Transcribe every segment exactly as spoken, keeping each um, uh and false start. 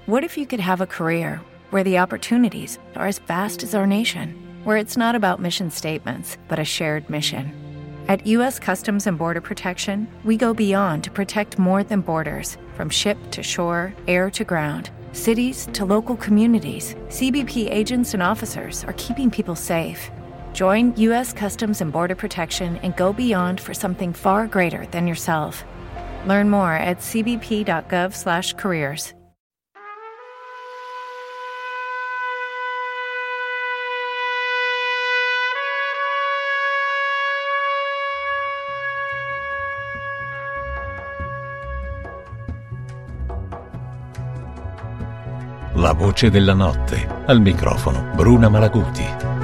What if you could have a career where the opportunities are as vast as our nation, where it's not about mission statements, but a shared mission? At U S Customs and Border Protection, we go beyond to protect more than borders. From ship to shore, air to ground, cities to local communities, C B P agents and officers are keeping people safe. Join U S Customs and Border Protection and go beyond for something far greater than yourself. Learn more at c b p dot gov slash careers. La voce della notte, al microfono Bruna Malaguti.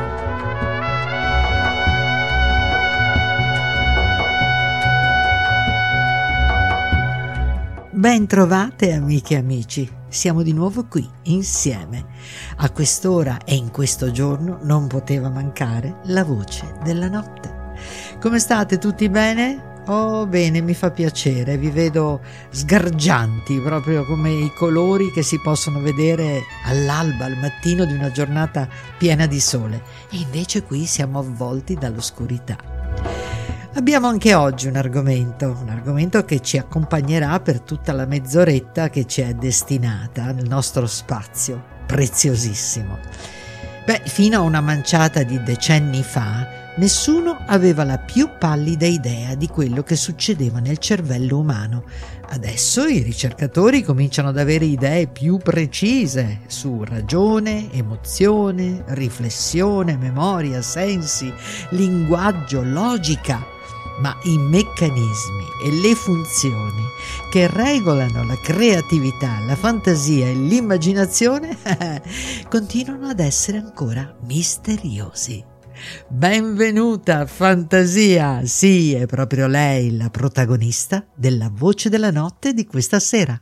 Ben trovate amiche e amici, siamo di nuovo qui insieme. A quest'ora e in questo giorno non poteva mancare la voce della notte. Come state, tutti bene? Oh, bene, mi fa piacere, vi vedo sgargianti, proprio come i colori che si possono vedere all'alba, al mattino di una giornata piena di sole, e invece qui siamo avvolti dall'oscurità. Abbiamo anche oggi un argomento, un argomento che ci accompagnerà per tutta la mezz'oretta che ci è destinata nel nostro spazio, preziosissimo. Beh, fino a una manciata di decenni fa, nessuno aveva la più pallida idea di quello che succedeva nel cervello umano. Adesso i ricercatori cominciano ad avere idee più precise su ragione, emozione, riflessione, memoria, sensi, linguaggio, logica. Ma i meccanismi e le funzioni che regolano la creatività, la fantasia e l'immaginazione continuano ad essere ancora misteriosi. Benvenuta Fantasia! Sì, è proprio lei la protagonista della voce della notte di questa sera.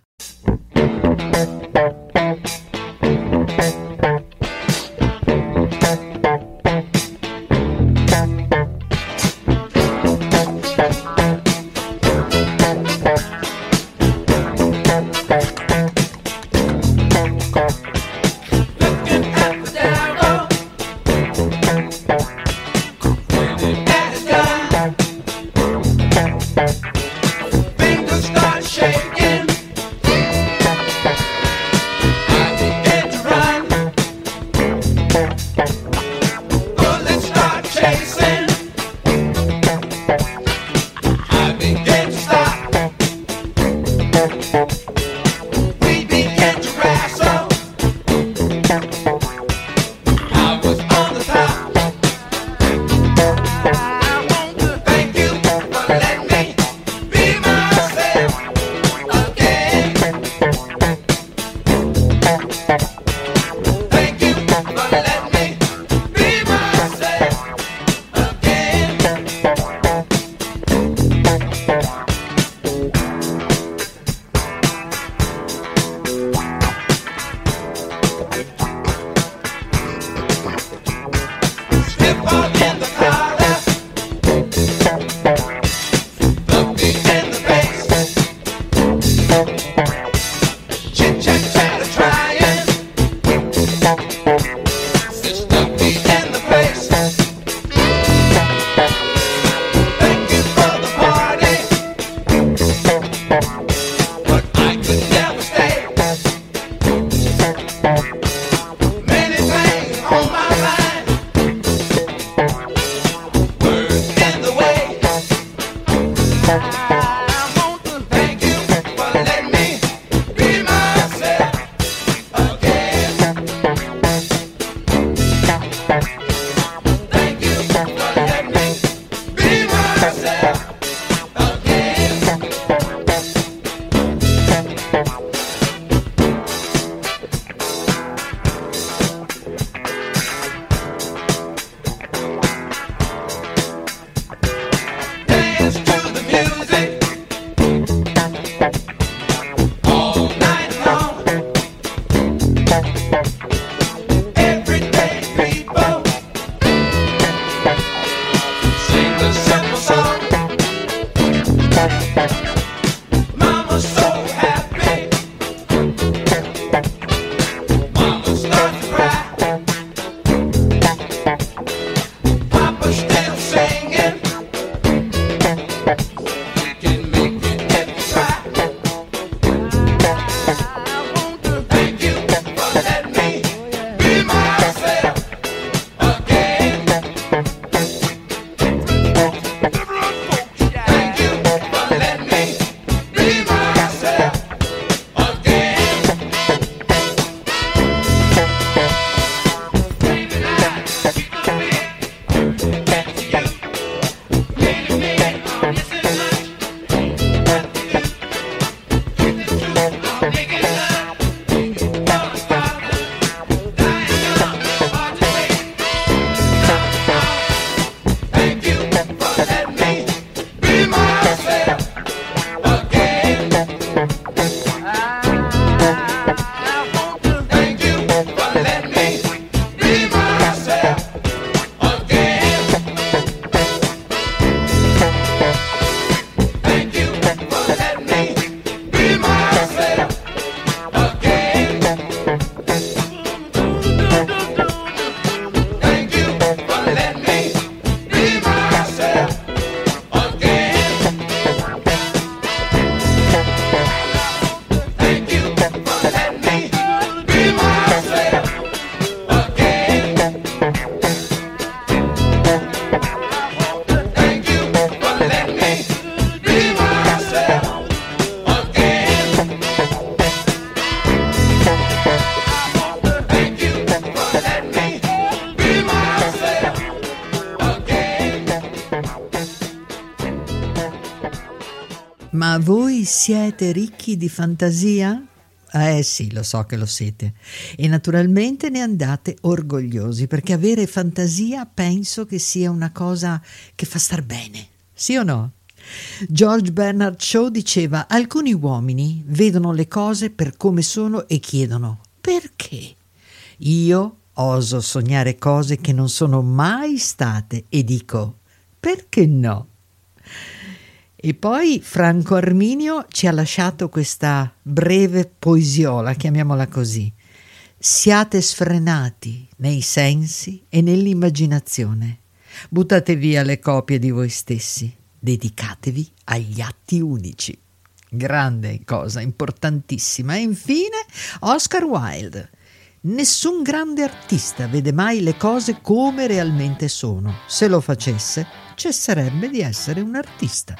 Ma voi siete ricchi di fantasia? Eh sì, lo so che lo siete. E naturalmente ne andate orgogliosi, perché avere fantasia penso che sia una cosa che fa star bene. Sì o no? George Bernard Shaw diceva: alcuni uomini vedono le cose per come sono e chiedono perché. Io oso sognare cose che non sono mai state e dico perché no? E poi Franco Arminio ci ha lasciato questa breve poesiola, chiamiamola così. Siate sfrenati nei sensi e nell'immaginazione. Buttate via le copie di voi stessi. Dedicatevi agli atti unici. Grande cosa, importantissima. E infine Oscar Wilde. Nessun grande artista vede mai le cose come realmente sono. Se lo facesse, cesserebbe di essere un artista.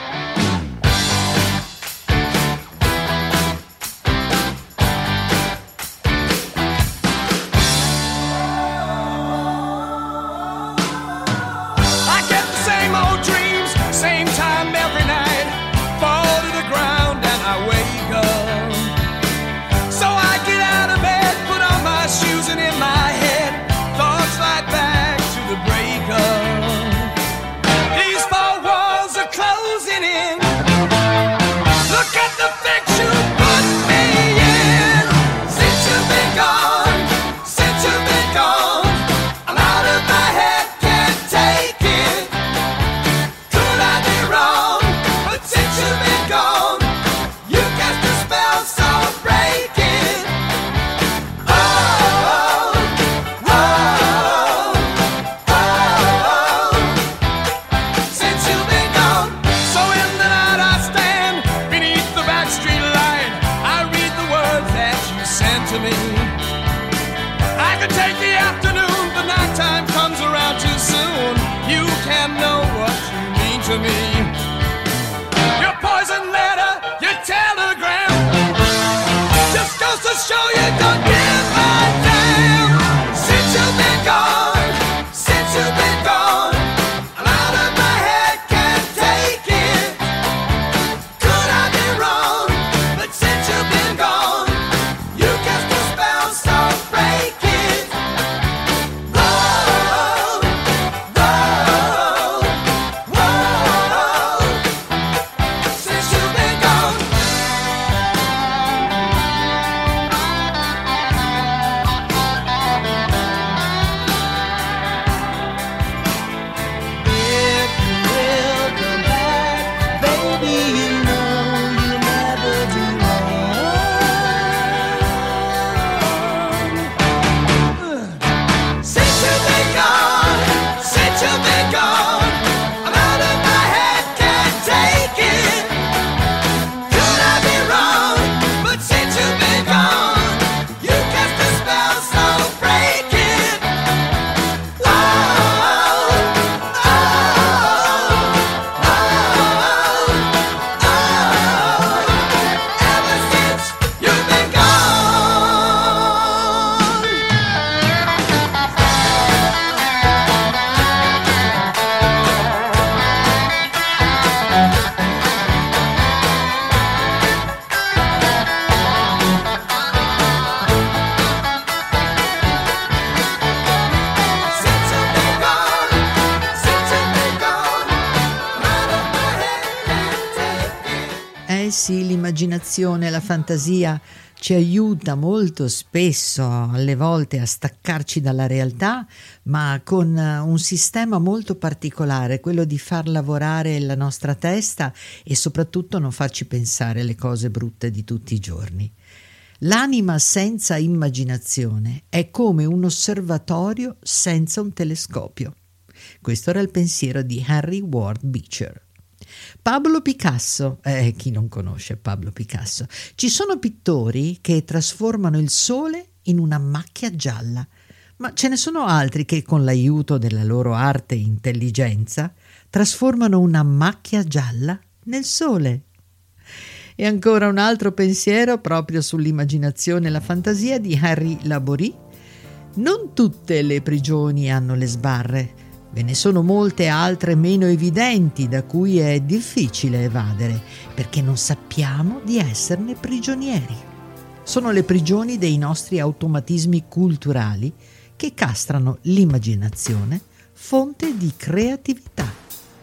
Sì, l'immaginazione, la fantasia ci aiuta molto spesso, alle volte, a staccarci dalla realtà, ma con un sistema molto particolare, quello di far lavorare la nostra testa e soprattutto non farci pensare alle cose brutte di tutti i giorni. L'anima senza immaginazione è come un osservatorio senza un telescopio. Questo era il pensiero di Henry Ward Beecher. Pablo Picasso, eh, chi non conosce Pablo Picasso? Ci sono pittori che trasformano il sole in una macchia gialla, ma ce ne sono altri che con l'aiuto della loro arte e intelligenza trasformano una macchia gialla nel sole. E ancora un altro pensiero proprio sull'immaginazione e la fantasia di Henri Laborie. Non tutte le prigioni hanno le sbarre, Ve ne sono molte altre meno evidenti da cui è difficile evadere, perché non sappiamo di esserne prigionieri. Sono le prigioni dei nostri automatismi culturali che castrano l'immaginazione, fonte di creatività.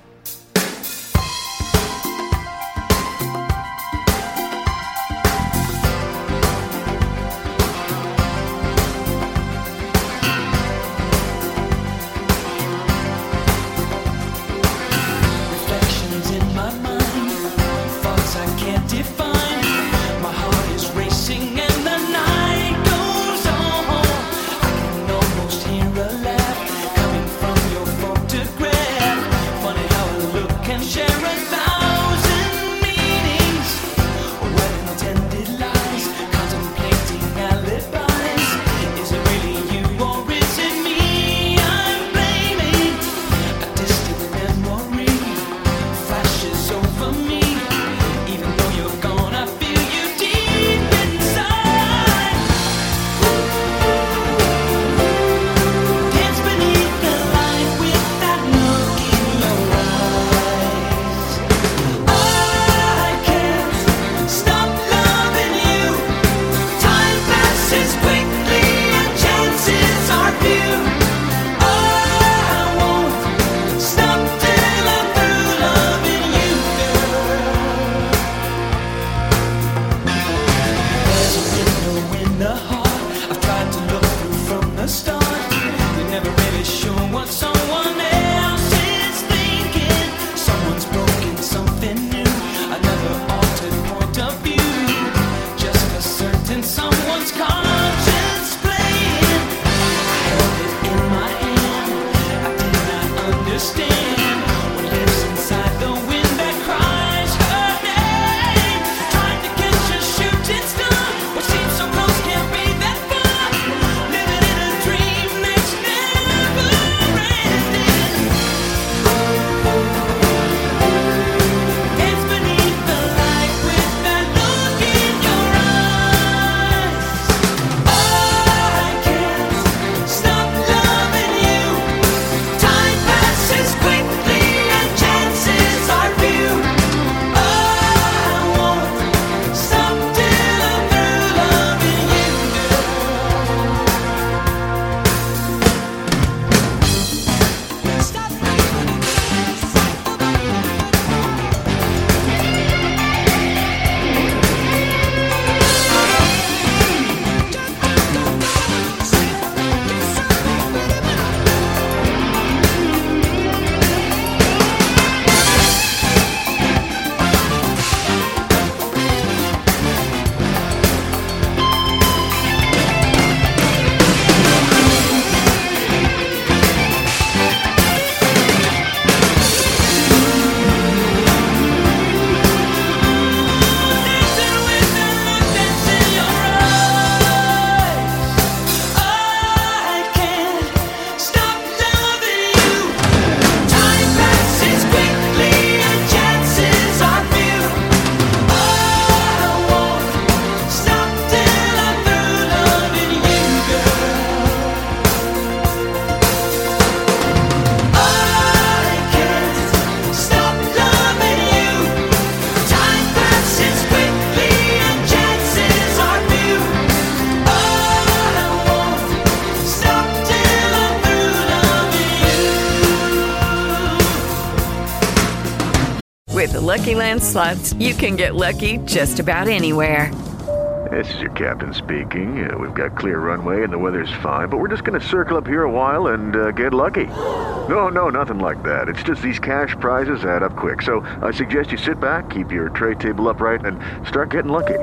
With the Lucky Land Slots, you can get lucky just about anywhere. This is your captain speaking. Uh, we've got clear runway and the weather's fine, but we're just going to circle up here a while and uh, get lucky. No, no, nothing like that. It's just these cash prizes add up quick. So I suggest you sit back, keep your tray table upright, and start getting lucky.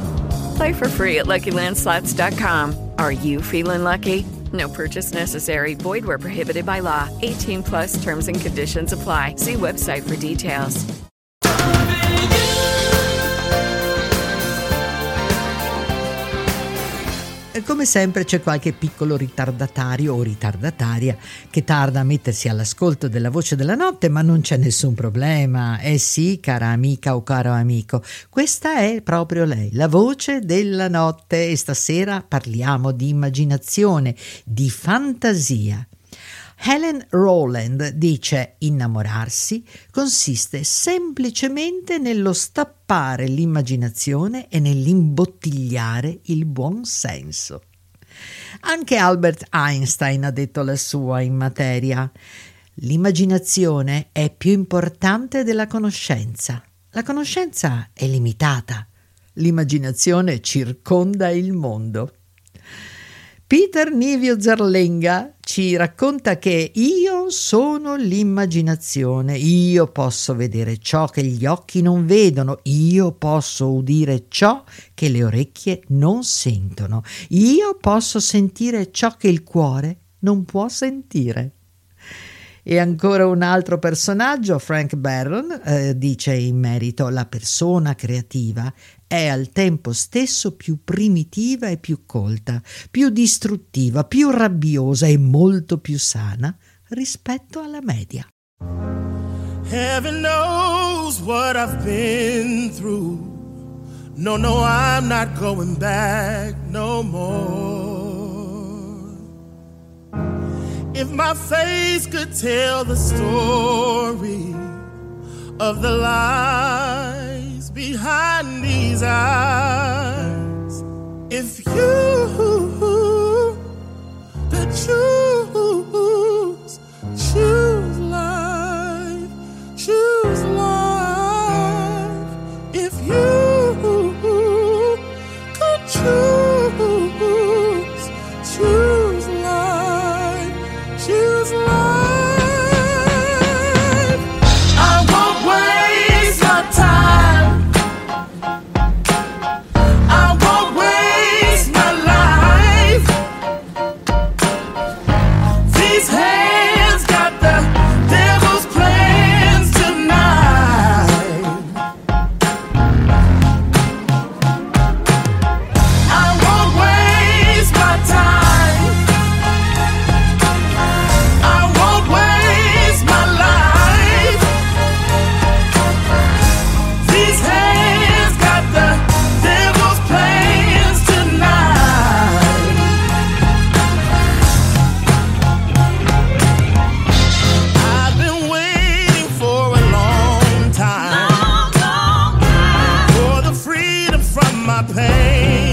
Play for free at Lucky Land Slots dot com. Are you feeling lucky? No purchase necessary. Void where prohibited by law. eighteen plus terms and conditions apply. See website for details. Come sempre c'è qualche piccolo ritardatario o ritardataria che tarda a mettersi all'ascolto della Voce della Notte, ma non c'è nessun problema. Eh sì, cara amica o caro amico, questa è proprio lei, la Voce della Notte, e stasera parliamo di immaginazione, di fantasia. Helen Rowland dice: innamorarsi consiste semplicemente nello stappare l'immaginazione e nell'imbottigliare il buon senso. Anche Albert Einstein ha detto la sua in materia. L'immaginazione è più importante della conoscenza. La conoscenza è limitata. L'immaginazione circonda il mondo. Peter Nivio Zerlenga ci racconta che io sono l'immaginazione, io posso vedere ciò che gli occhi non vedono, io posso udire ciò che le orecchie non sentono, io posso sentire ciò che il cuore non può sentire. E ancora un altro personaggio, Frank Barron, eh, dice in merito: la persona creativa è al tempo stesso più primitiva e più colta, più distruttiva, più rabbiosa e molto più sana rispetto alla media. Heaven knows what I've been through. No, no, I'm not going back no more. If my face could tell the story of the lies behind these eyes, if you could choose, choose life, choose life, if you could choose, choose life, choose life. I won't waste my time. I won't waste my life. These hands got the devil's plans tonight. I won't waste my time. I won't waste my life. These hands got the devil's plans tonight. I've been waiting for a long time, for the freedom from my pain.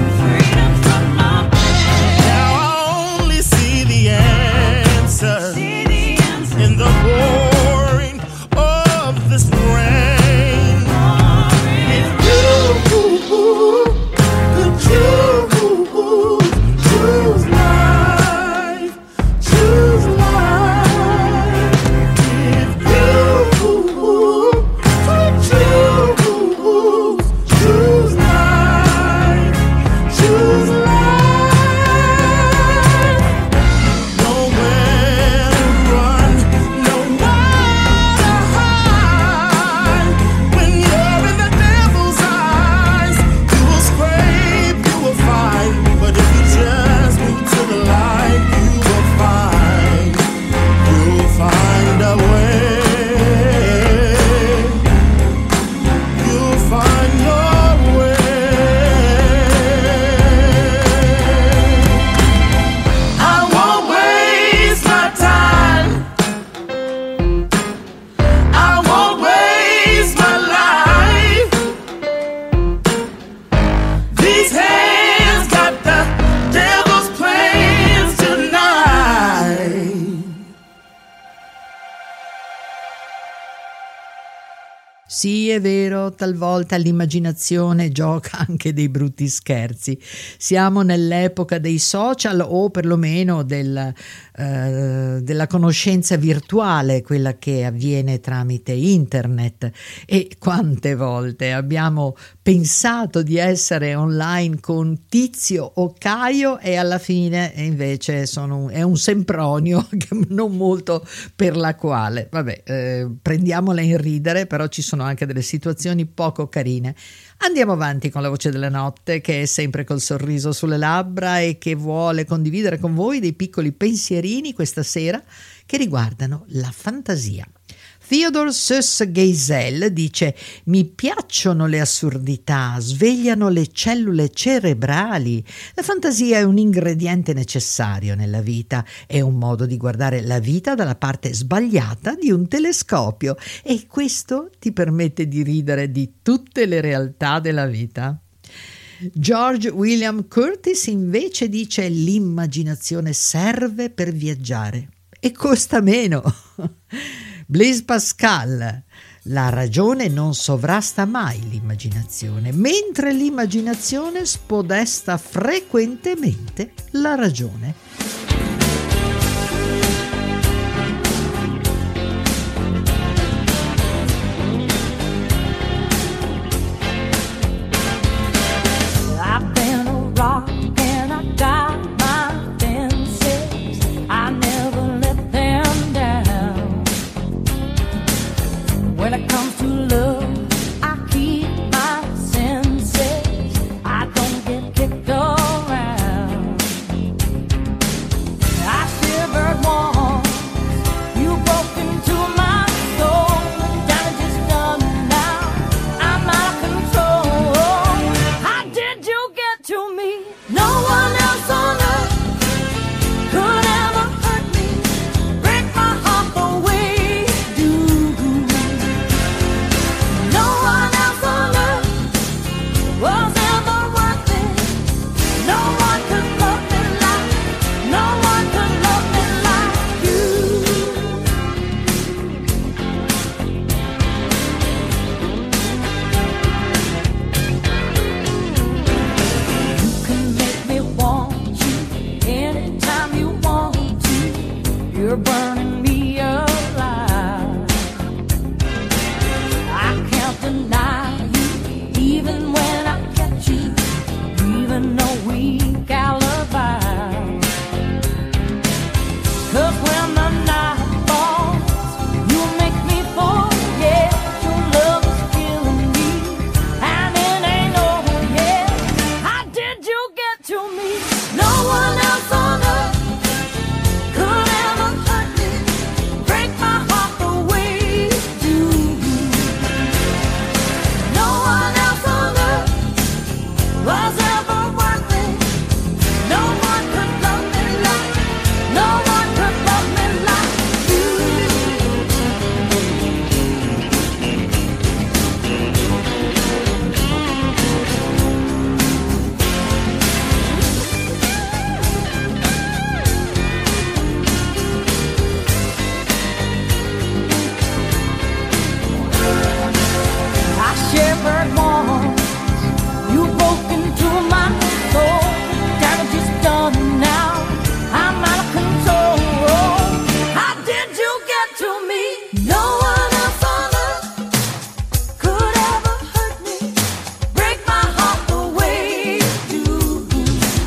Now I only see the answer in the pouring of this rain. If you could choose, choose life, choose life. If you could choose, choose life, choose life. Nowhere to run, no matter high. When you're in the devil's eyes, you will scrape, you will find. But if you just move to the light, you will find, you'll find a way. You'll find your way. I won't waste my time. I won't waste my life. These hands got the devil's plans tonight. Sì, è vero, talvolta l'immaginazione gioca anche dei brutti scherzi. Siamo nell'epoca dei social o perlomeno del, eh, della conoscenza virtuale, quella che avviene tramite internet. E quante volte abbiamo pensato di essere online con Tizio o Caio e alla fine invece sono un, è un sempronio che non molto per la quale, vabbè, eh, prendiamola in ridere, però ci sono anche delle situazioni poco carine. Andiamo avanti con la voce della notte, che è sempre col sorriso sulle labbra e che vuole condividere con voi dei piccoli pensierini questa sera che riguardano la fantasia. Theodore Suess Geisel dice: mi piacciono le assurdità, svegliano le cellule cerebrali. La fantasia è un ingrediente necessario nella vita, è un modo di guardare la vita dalla parte sbagliata di un telescopio e questo ti permette di ridere di tutte le realtà della vita. George William Curtis invece dice: l'immaginazione serve per viaggiare e costa meno. Blaise Pascal: la ragione non sovrasta mai l'immaginazione, mentre l'immaginazione spodesta frequentemente la ragione. I've been a rock and I got my fences. I never let them down. When it comes to love, I keep my senses. I don't get kicked around. I shivered once, you broke into my soul. Damage's done now, I'm out of control. How did you get to me? No one else on earth could ever hurt me, break my heart the way you do. No one else on earth was ever worth it. No one could love me like, no one could love me like you. You can make me want you anytime you want to. You're burning me alive. I can't deny you, even when I catch you, even a weak alibi. 'Cause when the night falls, you make me forget your love is killing me, and it ain't over yet. How did you get to me? No one else on earth could ever hurt me, break my heart the way you do. No one else on earth was ever worth it. No one could love me like, no one could love me like you. I shivered once, you broke into my soul. Damage is done now, I'm out of control. How did you get to me? No one else on earth could ever hurt me, break my heart the way you do.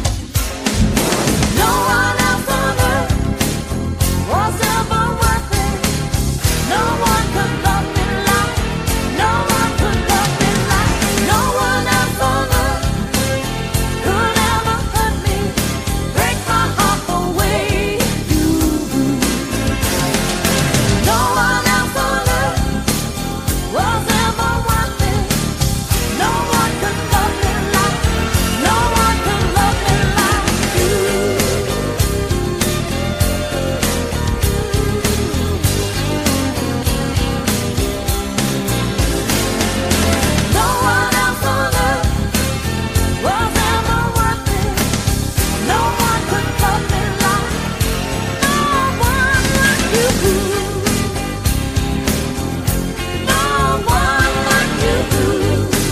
No one else on earth was ever worth it. No one could love me like, no one could love me like, no one else on earth could ever hurt me, break my heart the way you do. No one else on earth was ever worth it. No one could love me like, no one could love me like you. No one else on earth was ever worth it. No one could love me like, no one like you. No one like you.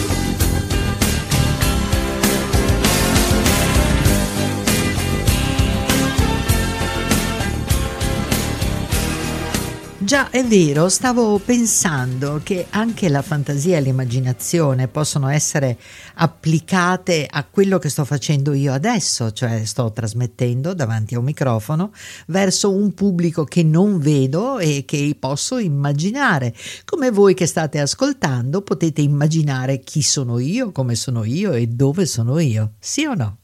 Già, è vero, stavo pensando che anche la fantasia e l'immaginazione possono essere applicate a quello che sto facendo io adesso, cioè sto trasmettendo davanti a un microfono verso un pubblico che non vedo e che posso immaginare. Come voi che state ascoltando potete immaginare chi sono io, come sono io e dove sono io, sì o no?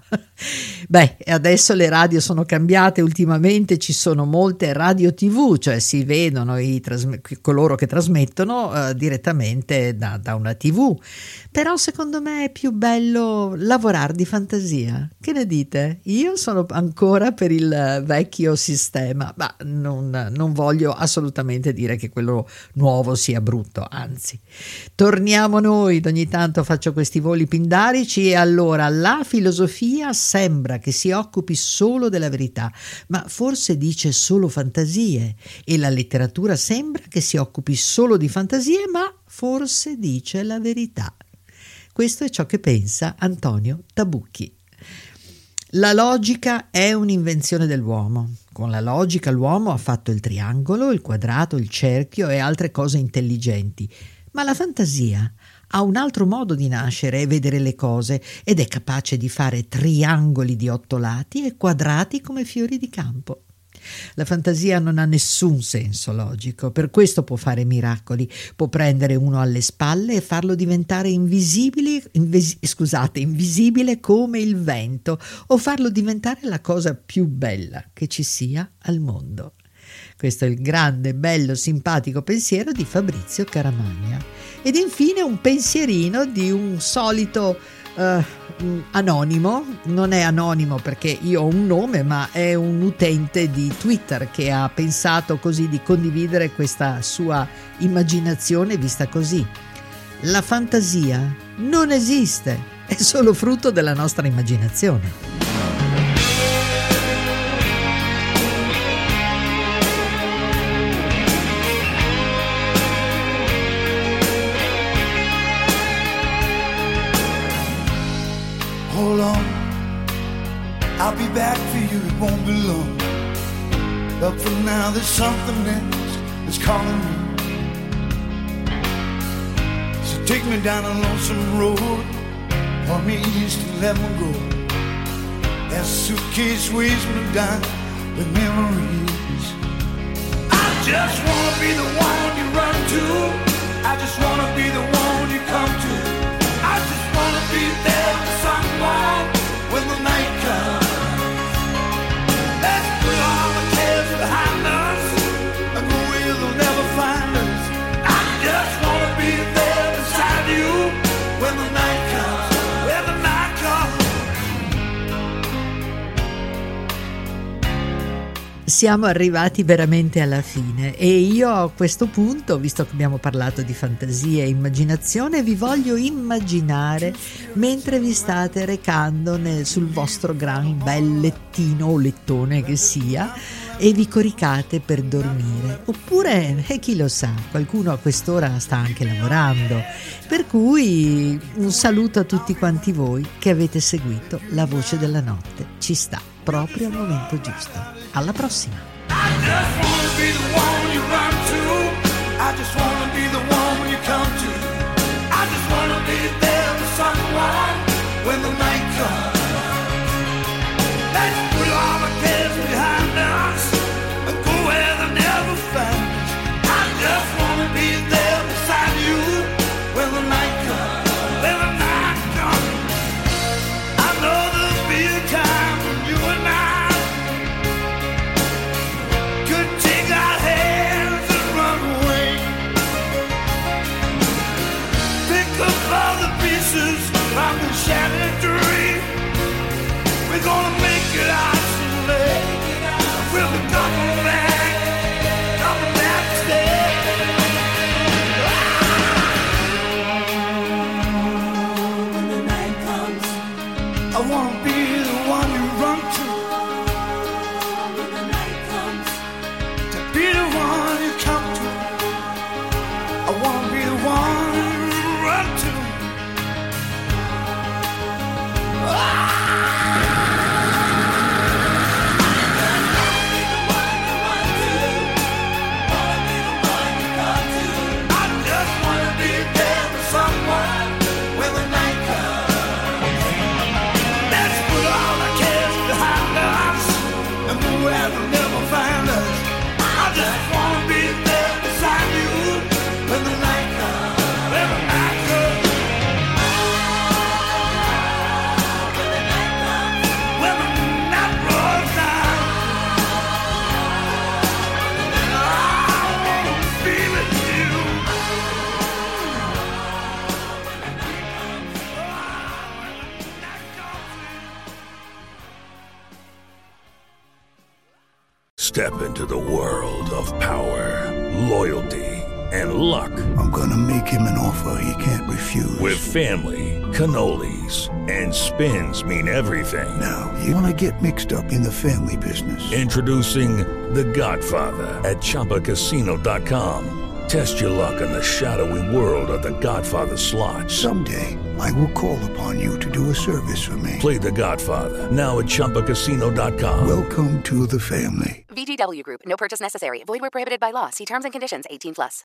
Beh, adesso le radio sono cambiate, ultimamente ci sono molte radio tivù, cioè si vedono i trasm- coloro che trasmettono eh, direttamente da, da una tivù, però secondo me è più bello lavorare di fantasia. Che ne dite? Io sono ancora per il vecchio sistema, ma non, non voglio assolutamente dire che quello nuovo sia brutto, anzi. Torniamo noi, ogni tanto faccio questi voli pindarici e allora la filosofia sembra che si occupi solo della verità, ma forse dice solo fantasie, e la letteratura sembra che si occupi solo di fantasie, ma forse dice la verità. Questo è ciò che pensa Antonio Tabucchi. La logica è un'invenzione dell'uomo. Con la logica l'uomo ha fatto il triangolo, il quadrato, il cerchio e altre cose intelligenti, ma la fantasia ha un altro modo di nascere e vedere le cose ed è capace di fare triangoli di otto lati e quadrati come fiori di campo. La fantasia non ha nessun senso logico, per questo può fare miracoli, può prendere uno alle spalle e farlo diventare invisibile, invis- scusate, invisibile come il vento, o farlo diventare la cosa più bella che ci sia al mondo. Questo è il grande, bello, simpatico pensiero di Fabrizio Caramagna. Ed infine un pensierino di un solito uh, anonimo, non è anonimo perché io ho un nome, ma è un utente di Twitter che ha pensato così di condividere questa sua immaginazione vista così. La fantasia non esiste, è solo frutto della nostra immaginazione. Hold on, I'll be back for you, it won't be long. But for now there's something else that's calling me. So take me down a lonesome road, point me east and let me go. That suitcase weighs me down with memories. I just wanna be the one you run to, I just wanna be the one you come to. I just wanna be there for someone when the night comes. Let's put all the cares behind us and go where they'll never find us. I just wanna be there beside you when the night comes, when the night comes. Siamo arrivati veramente alla fine e io a questo punto, visto che abbiamo parlato di fantasia e immaginazione, vi voglio immaginare mentre vi state recando nel, sul vostro gran bel lettino o lettone che sia e vi coricate per dormire, oppure, e chi lo sa, qualcuno a quest'ora sta anche lavorando, per cui un saluto a tutti quanti voi che avete seguito La Voce della Notte. Ci sta proprio al momento giusto. Alla prossima. I just wanna be the one you run to, I just wanna be the one you come to. I just wanna be there for someone when the night comes. Let's put all the cares behind us and go where they never find us. I just wanna be there beside you when the night comes, when the night comes. I know there'll be a time when you and I could take our hands and run away. Pick up all the pieces from the shattered dream. We're gonna make it out someday. We'll be coming back, coming back to stay. When the night comes, I wanna be the one you run to. When the night comes, to be the one you come to. I wanna be the one you run to. Ah! Step into the world of power, loyalty, and luck. I'm gonna make him an offer he can't refuse. With family, cannolis, and spins mean everything. Now, you wanna get mixed up in the family business. Introducing The Godfather at Chumba Casino dot com. Test your luck in the shadowy world of The Godfather slot. Someday, I will call upon you to do a service for me. Play The Godfather, now at Chumba Casino dot com. Welcome to the family. V G W Group. No purchase necessary. Void where prohibited by law. See terms and conditions. eighteen plus.